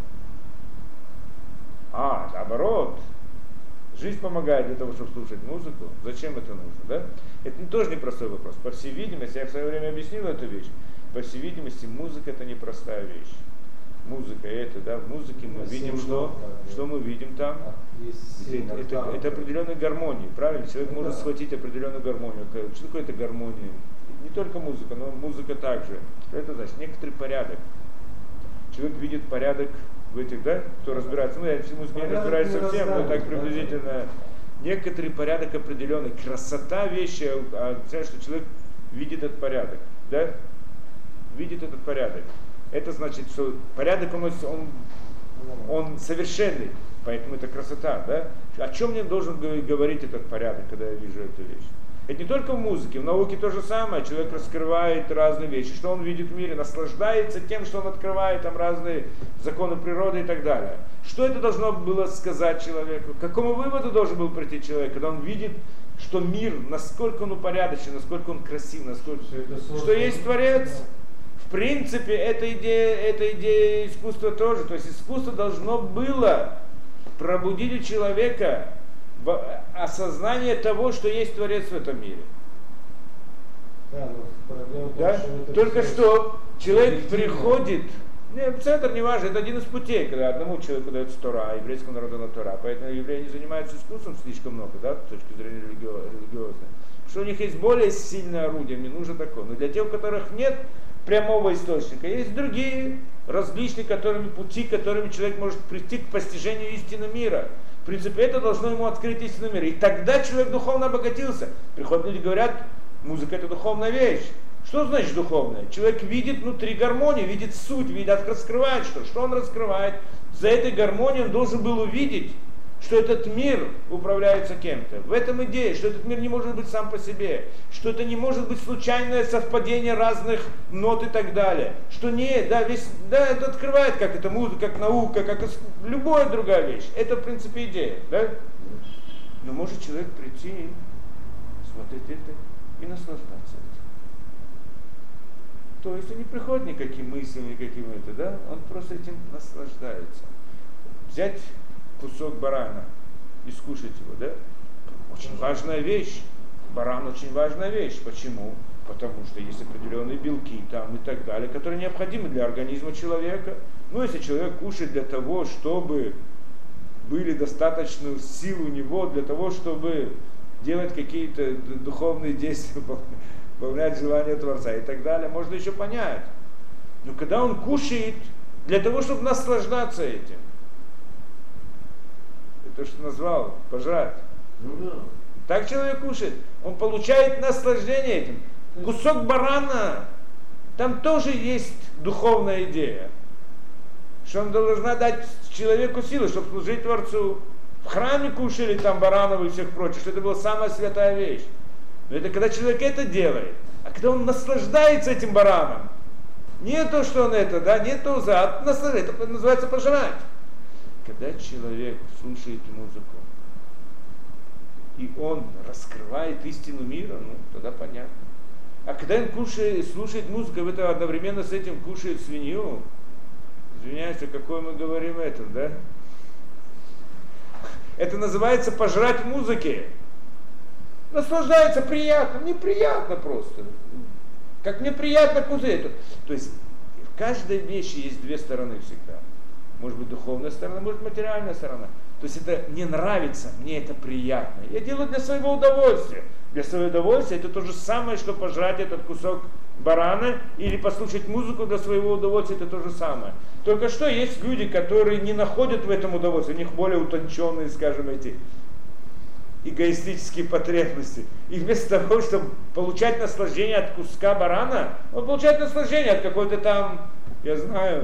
Наоборот. Жизнь помогает для того, чтобы слушать музыку. Зачем это нужно? Да? Это тоже непростой вопрос. По всей видимости, я в свое время объяснил эту вещь. По всей видимости, музыка это непростая вещь. Музыка это, да, в музыке мы видим что мы видим там? Это определенная гармония, правильно? Человек может схватить определенную гармонию. Что такое это гармония? Не только музыка, но музыка также. Это значит некоторый порядок. Человек видит порядок в этих, да, кто разбирается, я в музыке не разбираюсь совсем, но так приблизительно. Некоторый порядок определенный. Красота вещи, что человек видит этот порядок, да? Видит этот порядок. Это значит, что порядок он совершенный, поэтому это красота, да? О чем мне должен говорить этот порядок, когда я вижу эту вещь? Это не только в музыке, в науке то же самое. Человек раскрывает разные вещи. Что он видит в мире, наслаждается тем, что он открывает там разные законы природы и так далее. Что это должно было сказать человеку? К какому выводу должен был прийти человек, когда он видит, что мир, насколько он упорядочен, насколько он красив, насколько... Что есть Творец? В принципе, эта идея искусства тоже. То есть искусство должно было пробудить у человека осознание того, что есть Творец в этом мире. Да? Только что человек приходит, центр не важно, это один из путей, когда одному человеку дается Тора, а еврейскому народу на Тора. Поэтому евреи не занимаются искусством слишком много, да, с точки зрения религиозной. Потому что у них есть более сильное орудие, мне нужно такое. Но для тех, у которых нет прямого источника, есть другие различные пути, которыми человек может прийти к постижению истины мира. В принципе, это должно ему открыть истину мира. И тогда человек духовно обогатился. Приходят люди, говорят, музыка это духовная вещь. Что значит духовная? Человек видит внутри гармонию, видит суть, раскрывает что. Что он раскрывает? За этой гармонией он должен был увидеть, что этот мир управляется кем-то. В этом идея, что этот мир не может быть сам по себе, что это не может быть случайное совпадение разных нот и так далее. Что это открывает, как это музыка, как наука, как любая другая вещь. Это в принципе идея, да? Но может человек прийти, смотреть это и наслаждаться этим. То есть он не приходит никаким мыслям, никаким это, да? Он просто этим наслаждается. Взять кусок барана и скушать его, да? Очень важная вещь. Баран очень важная вещь. Почему? Потому что есть определенные белки там и так далее, которые необходимы для организма человека. Ну, если человек кушает для того, чтобы были достаточно сил у него, для того, чтобы делать какие-то духовные действия, выполнять желания Творца и так далее, можно еще понять. Но когда он кушает для того, чтобы наслаждаться этим, то, что назвал, пожрать. Так человек кушает, он получает наслаждение этим. Кусок барана, там тоже есть духовная идея, что он должна дать человеку силы, чтобы служить Творцу. в храме кушали там баранов и всех прочих, что это была самая святая вещь. Но это когда человек это делает, а когда он наслаждается этим бараном, не то, что он это, да, не то, а наслаждается, это называется пожрать. Когда человек слушает музыку, и он раскрывает истину мира, ну, тогда понятно. А когда он слушает музыку, и это одновременно с этим кушает свинью, извиняюсь, о какой мы говорим этом, да? Это называется пожрать музыки. Наслаждается приятно, неприятно просто. Как мне приятно кузеть. То есть в каждой вещи есть две стороны всегда. Может быть духовная сторона, может материальная сторона. То есть это не нравится, мне это приятно. Я делаю для своего удовольствия. Для своего удовольствия это то же самое, что пожрать этот кусок барана или послушать музыку для своего удовольствия, это то же самое. Только что есть люди, которые не находят в этом удовольствие, у них более утонченные, скажем, эти эгоистические потребности. И вместо того, чтобы получать наслаждение от куска барана, он получает наслаждение от какой-то там, я знаю,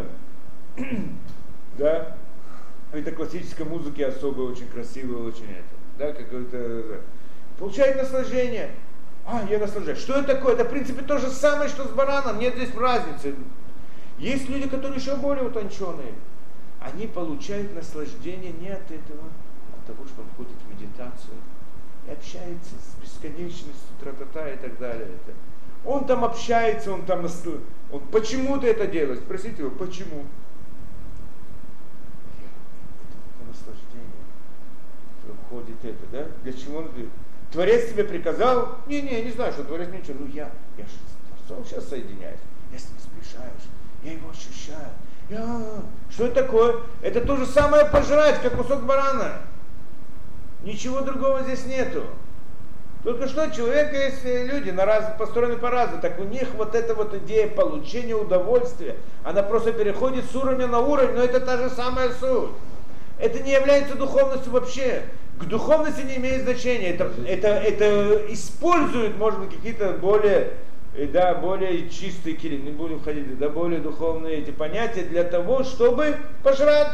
да, какой-то классической музыки особой, очень красивой, очень это, да, какой-то, получает наслаждение. Я наслаждаюсь. Что это такое? Это в принципе то же самое, что с бараном, нет здесь разницы. Есть люди, которые еще более утонченные. Они получают наслаждение не от этого, от того, что он входит в медитацию и общается с бесконечностью, тра-та-та и так далее. Он там общается, он почему-то это делает. Спросите его, почему? Это наслаждение. Входит это, да? Для чего он это? Творец тебе приказал? Не знаю, что Творец мне ничего. Я же с Творцом сейчас соединяюсь. Я с ним сближаюсь. Я его ощущаю. Что это такое? Это то же самое пожрать, как кусок барана. Ничего другого здесь нету. Только что человек есть люди, построены по-разному. Так у них вот эта вот идея получения удовольствия, она просто переходит с уровня на уровень, но это та же самая суть. Это не является духовностью вообще. К духовности не имеет значения. Это используют, может быть, какие-то более чистые кили, не будем ходить, более духовные эти понятия для того, чтобы пожрать.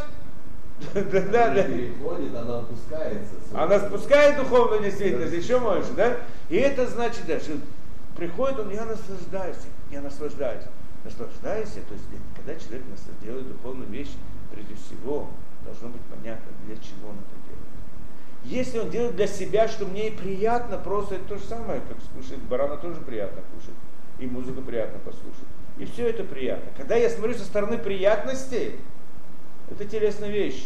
Переходит, она опускается. Она спускает духовную действительность, еще больше, да? И это значит, что приходит он, я наслаждаюсь. Наслаждайся, то есть когда человек делает духовную вещь, прежде всего, должно быть понятно, для чего он это делает. Если он делает для себя, что мне и приятно, просто это то же самое, как кушать барана тоже приятно кушать, и музыку приятно послушать. И все это приятно. Когда я смотрю со стороны приятности, это телесная вещь.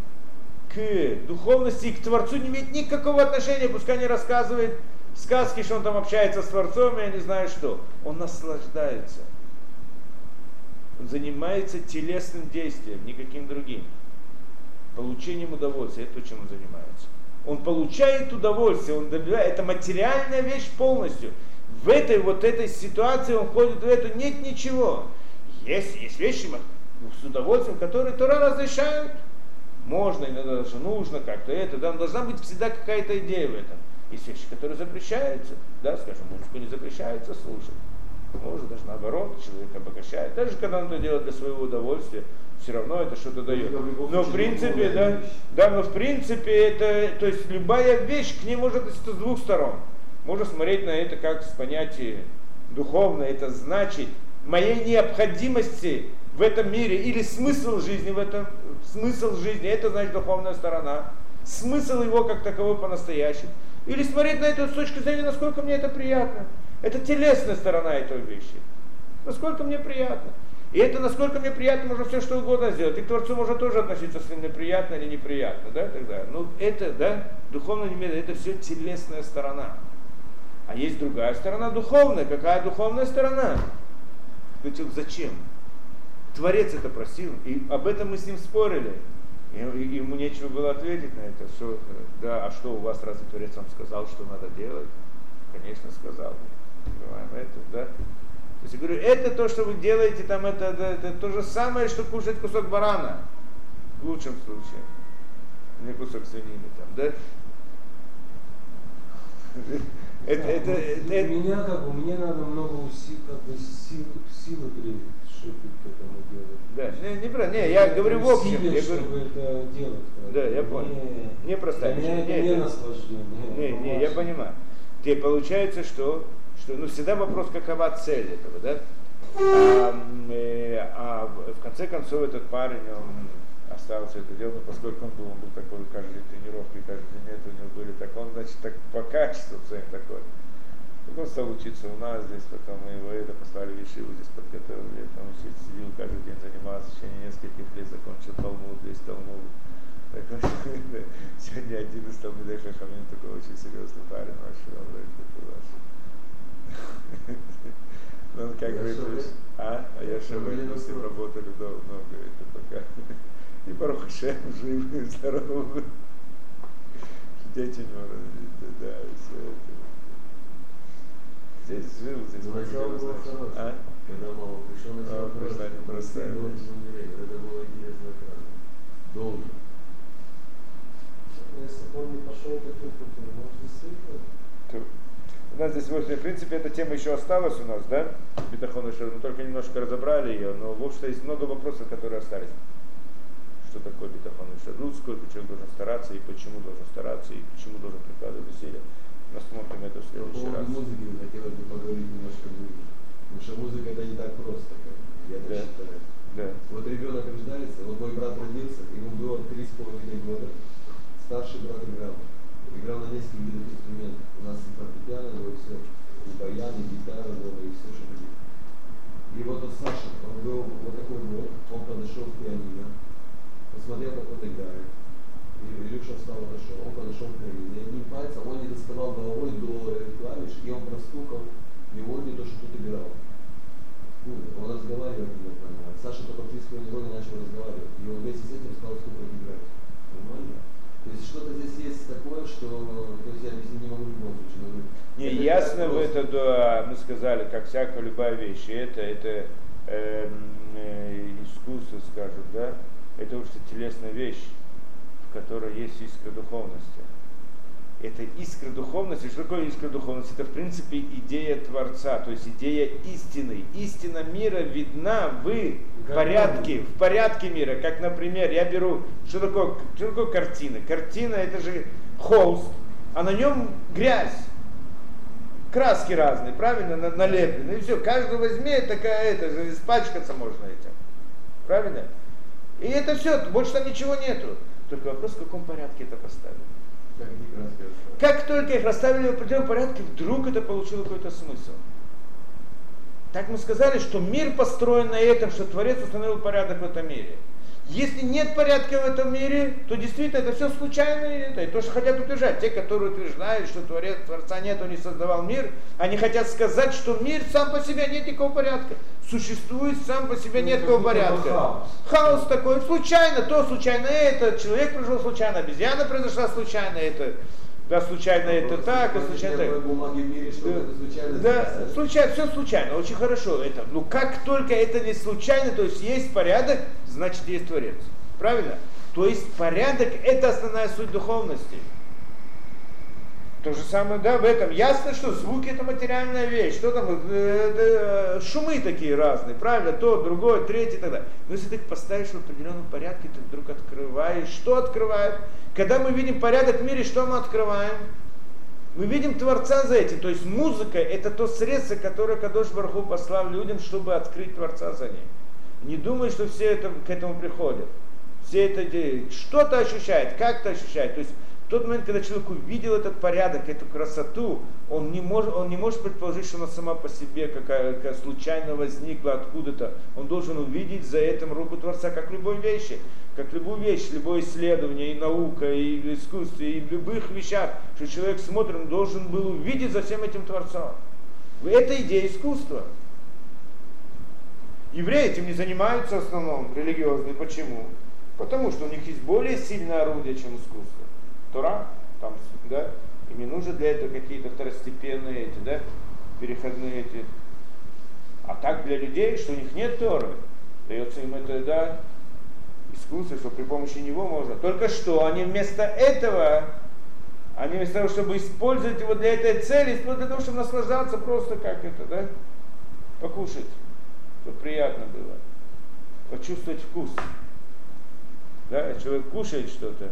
К духовности и к Творцу не имеет никакого отношения, пускай не рассказывает сказки, что он там общается с Творцом, я не знаю что. Он наслаждается. Он занимается телесным действием, никаким другим. Получением удовольствия, это то, чем он занимается. Он получает удовольствие, он добивает, это материальная вещь полностью. В этой ситуации он входит в эту, нет ничего. Есть вещи с удовольствием, которые Тора разрешают. Можно, иногда даже нужно как-то это, да, но должна быть всегда какая-то идея в этом. Есть вещи, которые запрещаются, да, скажем, музыку не запрещается слушать. Может, даже наоборот, человек обогащает. Даже когда он это делает для своего удовольствия, все равно это что-то дает. Но в принципе, но в принципе это, то есть любая вещь к ней может относиться с двух сторон. Можно смотреть на это как с понятия духовное, это значит моей необходимости в этом мире или смысл жизни в этом, это значит духовная сторона. Смысл его как таковой по-настоящему. Или смотреть на это с точки зрения, насколько мне это приятно. Это телесная сторона этой вещи. Насколько мне приятно. И это насколько мне приятно, можно все что угодно сделать. И к Творцу можно тоже относиться, если мне приятно или неприятно. Да, тогда. Ну это, да, духовное немедленно, это все телесная сторона. А есть другая сторона духовная. Какая духовная сторона? Зачем? Творец это просил, и об этом мы с ним спорили. И ему нечего было ответить на это. Что, да, а что у вас, разве Творец вам сказал, что надо делать? Конечно, сказал. Понимаем это, да? То есть я говорю, это то, что вы делаете, там, это то же самое, что кушать кусок барана. В лучшем случае. Не кусок свинины там, да? Мне надо много силы приложить, чтобы к этому делать. Да, не, я говорю в общем. Усилия, Я говорю, чтобы это делать. да, я понял. Не просто. Для меня это не наслаждение. Не, я понимаю. Тебе получается, что ну, всегда вопрос, какова цель этого, да? А в конце концов этот парень, он остался это делать, поскольку он был такой, каждый день тренировки, каждый день это у него были, так он, значит, так по качеству своим такой. Он стал учиться у нас здесь, потом мы его послали в Ешиву, здесь подготовили, там сидел каждый день, занимался, в течение нескольких лет закончил Талмуд, весь Талмуд. Так, сегодня один из Талмидей Хахамим такой очень серьезный парень, вообще, он говорит, это ваш. Ну, как говорит, я Шевель, мы с ним работали много, это пока. И Барух Ашем, живы, здоровы. Дети не могут, да, все это. Здесь жил, здесь начало было хорошее. Когда мама пришел, начало хорошее. Это было интересно, долго. Если бы он не пошел таким путем, может действительно? У нас здесь, в принципе, эта тема еще осталась у нас, да? Битахон и Шер, мы только немножко разобрали ее, но в общем есть много вопросов, которые остались. Что такое Битахон и Шер, сколько человек должен стараться, и почему должен стараться, и почему должен прикладывать усилия. Рассмотрим это в следующий раз. По поводу музыки хотелось бы поговорить немножко ближе. Потому что музыка это не так просто, как я так считаю. Да. Вот ребенок рождается, вот мой брат родился, ему было 3,5 года. Старший брат играл на нескольких видах инструментов. У нас и фортепиано, и все, и баян, и гитара дома, и все, что будет. И вот он Саша, он был вот такой вот, он подошел к пианино, посмотрел, как он играет. И Илюша встал, подошел, он подошел к пианино. И одним пальцем он не доставал головой до клавиш, и он простукал мелодию, то, что тут играл. Он разговаривать не мог нормально. Саша только в 3,5 года начал разговаривать. И он вместе с этим стал стукать играть. Нормально? То есть что-то здесь есть такое, что то есть я не могу в любом случае. Не, ясно вы это, да, мы сказали, как всякая любая вещь, это искусство, скажем, да, это уже телесная вещь, в которой есть искра духовности. Это искра духовности. Что такое искра духовности? Это в принципе идея Творца, то есть идея истины. Истина мира видна в порядке мира. Как, например, я беру, что такое картина? Картина это же холст, а на нем грязь. Краски разные, правильно, налеплены. И все, каждый возьми, это же испачкаться можно этим. Правильно? И это все, больше там ничего нету. Только вопрос, в каком порядке это поставили. Как только их расставили в определенном порядке, вдруг это получило какой-то смысл. Так мы сказали, что мир построен на этом, что Творец установил порядок в этом мире. Если нет порядка в этом мире, то действительно это все случайно. И то, что хотят утверждать. Те, которые утверждают, что Творца нет, он не создавал мир, они хотят сказать, что мир сам по себе нет никакого порядка. Существует сам по себе нет никакого порядка. Хаос такой, случайно, то случайно это, человек пришел случайно, обезьяна произошла случайно, это, да, случайно это так, а случайно так. Да, случайно, все случайно, очень хорошо это. Но как только это не случайно, то есть есть порядок, значит есть Творец. Правильно? То есть порядок это основная суть духовности. То же самое, да, в этом. Ясно, что звуки это материальная вещь. Что там, шумы такие разные, правильно? То, другое, третье и так далее. Но если ты их поставишь в определенном порядке, ты вдруг открываешь. Что открываешь? Когда мы видим порядок в мире, что мы открываем? Мы видим Творца за этим. То есть музыка это то средство, которое Кадош Барух Ху послал людям, чтобы открыть Творца за ним. Не думай, что все это, к этому приходят. Все это что-то ощущает, как-то ощущает. То есть в тот момент, когда человек увидел этот порядок, эту красоту, он не может предположить, что она сама по себе какая случайно возникла откуда-то. Он должен увидеть за этим руку Творца, как любой вещи. Как любую вещь, любое исследование, и наука, и в искусстве, и в любых вещах, что человек смотрит, он должен был увидеть за всем этим Творцом. Это идея искусства. Евреи этим не занимаются в основном, религиозные. Почему? Потому что у них есть более сильное орудие, чем искусство. Тора, там, да, им не нужно для этого какие-то второстепенные эти, да, переходные эти. А так для людей, что у них нет Торы, дается им это, да, искусство, что при помощи него можно. Только что они вместо этого, вместо того, чтобы использовать его для этой цели, используют для того, чтобы наслаждаться просто как это, да, покушать, чтобы приятно было. почувствовать вкус. Да, человек кушает что-то,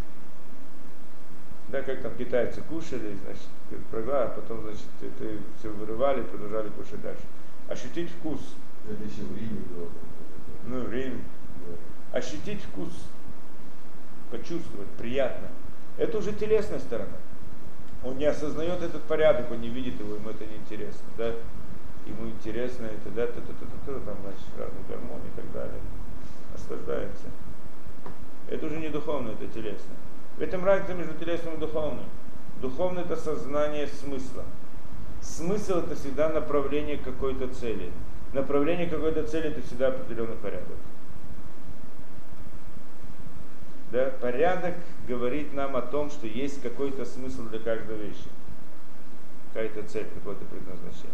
да, как там китайцы кушали, значит, прогла, а потом, значит, это все вырывали, продолжали кушать дальше. Ощутить вкус. Это еще в Риме было. Ну, в Риме. Да. Ощутить вкус. Почувствовать, приятно. Это уже телесная сторона. Он не осознает этот порядок, он не видит его, ему это неинтересно. Да? Ему интересно это, да, там, значит, разные гормоны и так далее. Наслаждается. Это уже не духовно, это телесно. В этом разница между телесным и духовным. Духовное это сознание смысла. Смысл это всегда направление к какой-то цели. Направление к какой-то цели это всегда определенный порядок. Да? Порядок говорит нам о том, что есть какой-то смысл для каждой вещи. Какая-то цель, какое-то предназначение.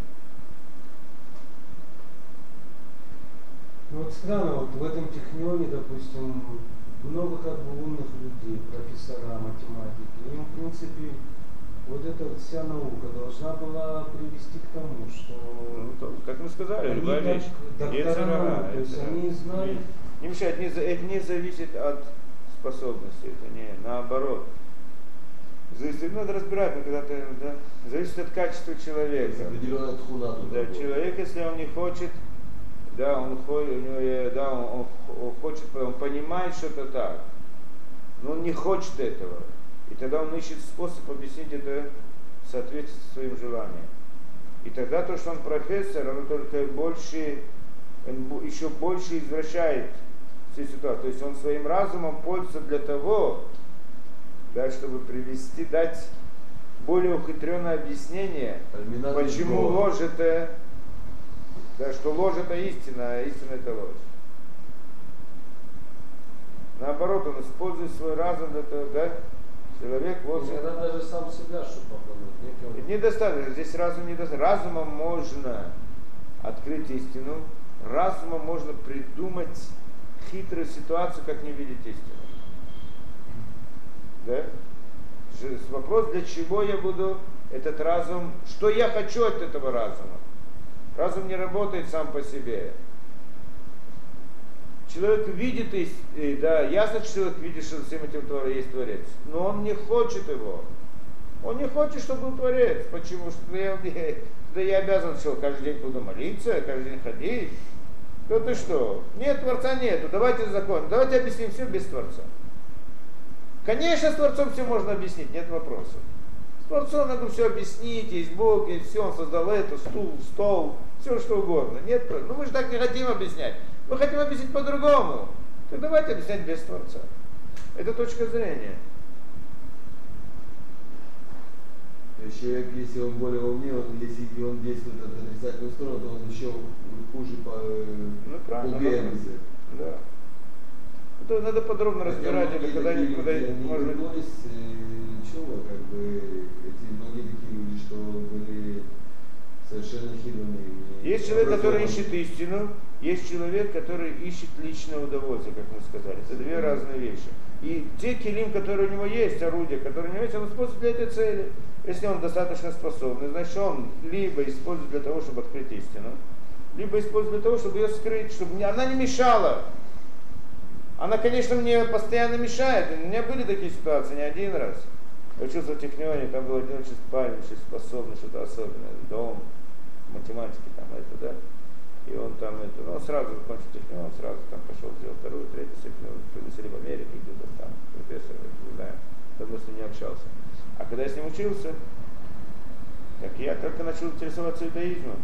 Ну вот странно, вот в этом технионе, допустим, много как бы умных людей, профессора, математики. Им, в принципе, вот эта вот вся наука должна была привести к тому, что... Ну, то, как мы сказали, они любая вещь. доктора, то есть они знают... Не мешает, это не зависит от способности, это не наоборот. Надо разбирать, когда ты, да, зависит от качества человека. Определенная тхуна тут. Да, человек, если он не хочет, да, он хочет, он понимает, что это так, но он не хочет этого. И тогда он ищет способ объяснить это в соответствии со своим желанием. И тогда то, что он профессор, оно только больше, он еще больше извращает всю ситуацию. То есть он своим разумом пользуется для того, да, чтобы привести, дать более ухитренное объяснение, почему ложь это, да, что ложь это истина, а истина это ложь. Наоборот, он использует свой разум для того, да, человек вот. Иногда даже сам себя, чтобы обмануть. Недостаточно, здесь разум недостаточно. Разумом можно открыть истину, разумом можно придумать хитрую ситуацию, как не видеть истину. Да? Вопрос, для чего я буду этот разум, что я хочу от этого разума. Разум не работает сам по себе. Человек видит, да, ясно, что человек видит, что всем этим есть Творец, но он не хочет его. Он не хочет, чтобы был Творец. Почему? Что я обязан что, каждый день буду молиться, каждый день ходить. Да ты что? Нет, Творца нету, давайте закон, давайте объясним все без Творца. Конечно, с Творцом все можно объяснить, нет вопросов. С Творцом надо все объяснить, есть Бог, есть все, Он создал это, стол, все что угодно. Нет, ну мы же так не хотим объяснять. Мы хотим объяснить по-другому. Так давайте объяснять без Творца. Это точка зрения. Человек, если он более умнее, если он действует от отрицательную сторону, то он еще хуже убежит. Да. Это надо подробно разбирать, это когда-нибудь, может быть. Чего, как бы, эти многие такие люди, что были совершенно хитрыми. Есть человек, который ищет истину, есть человек, который ищет личное удовольствие, как мы сказали. Это две разные вещи. И те килим, которые у него есть, орудия, которые у него есть, он использует для этой цели. Если он достаточно способный, значит он либо использует для того, чтобы открыть истину, либо использует для того, чтобы ее скрыть, чтобы она не мешала. Она, конечно, мне постоянно мешает. У меня были такие ситуации не один раз. Я учился в технионе, там был один очень парень, очень способный, что-то особенное. Дом, математики там это, да. И он там это, ну, сразу закончил технион, сразу там пошел, сделал вторую, третью степень, пригласили в Америке, где-то там, профессор, не знаю, давно с ним не общался. А когда я с ним учился, так я только начал интересоваться иудаизмом.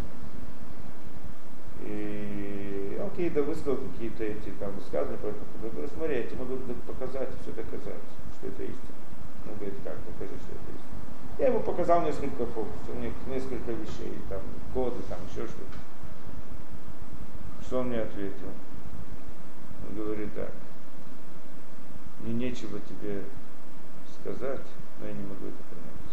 И он какие-то высказал, какие-то эти там высказывания, я говорю, смотри, я тебе могу показать, все доказать, что это истина. Он говорит, как, покажи, что это истина. Я ему показал несколько фокусов, у них несколько вещей, там, коды, там, еще что-то. Что он мне ответил? Он говорит так, мне нечего тебе сказать, но я не могу это принять.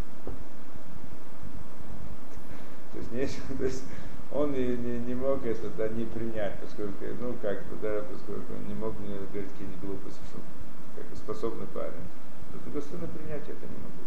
То есть нечего, то есть он не мог это, да, не принять, поскольку, ну как бы, да, поскольку он не мог мне говорить какие-нибудь глупости, что как бы способный парень. Но другостойно принять это не могу.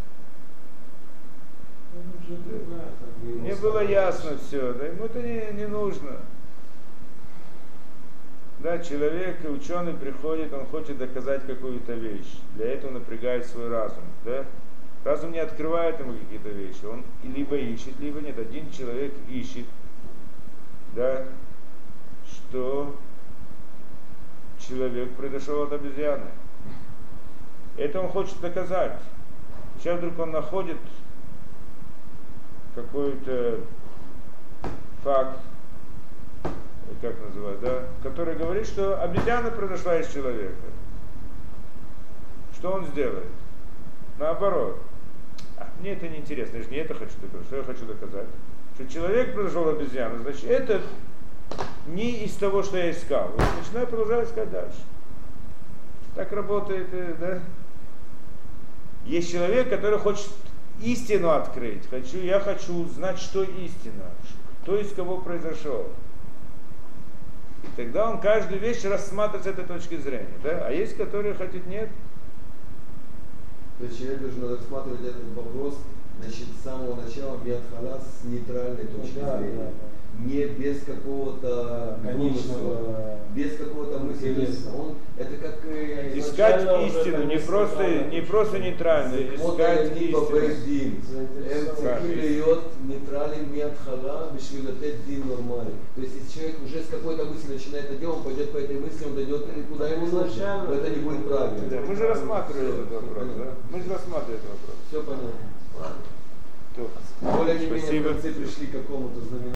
Мне было ясно все, да ему это не нужно. Да, человек, ученый приходит, он хочет доказать какую-то вещь. Для этого напрягает свой разум. Да? Разум не открывает ему какие-то вещи. Он либо ищет, либо нет. Один человек ищет, да, что человек произошел от обезьяны. Это он хочет доказать. Сейчас вдруг он находит какой-то факт, как называть, да, который говорит, что обезьяна произошла из человека. Что он сделает? Наоборот. Мне это не интересно, я же не это хочу доказать. Что я хочу доказать? Что человек произошел от обезьяны, значит, это не из того, что я искал. Вот начинаю продолжать искать дальше. Так работает, да? Есть человек, который хочет истину открыть. Я хочу узнать, что истина, кто из кого произошел. И тогда он каждую вещь рассматривает с этой точки зрения. Да? А есть, которые хотят нет. То есть человек должен рассматривать этот вопрос, значит, с самого начала миатхала с нейтральной точки зрения. Не без какого-то конечного, без какого-то мысли. Это как искать истину, не просто нейтральную, искать истину. То есть если человек уже с какой-то мысли начинает это делать, он пойдет по этой мысли, он дойдет куда ему нужно, но это не будет правильно. Да, мы же рассматривали этот вопрос, да? Мы же рассматривали этот вопрос. Все понятно. Более-менее в конце пришли к какому-то знаменателю.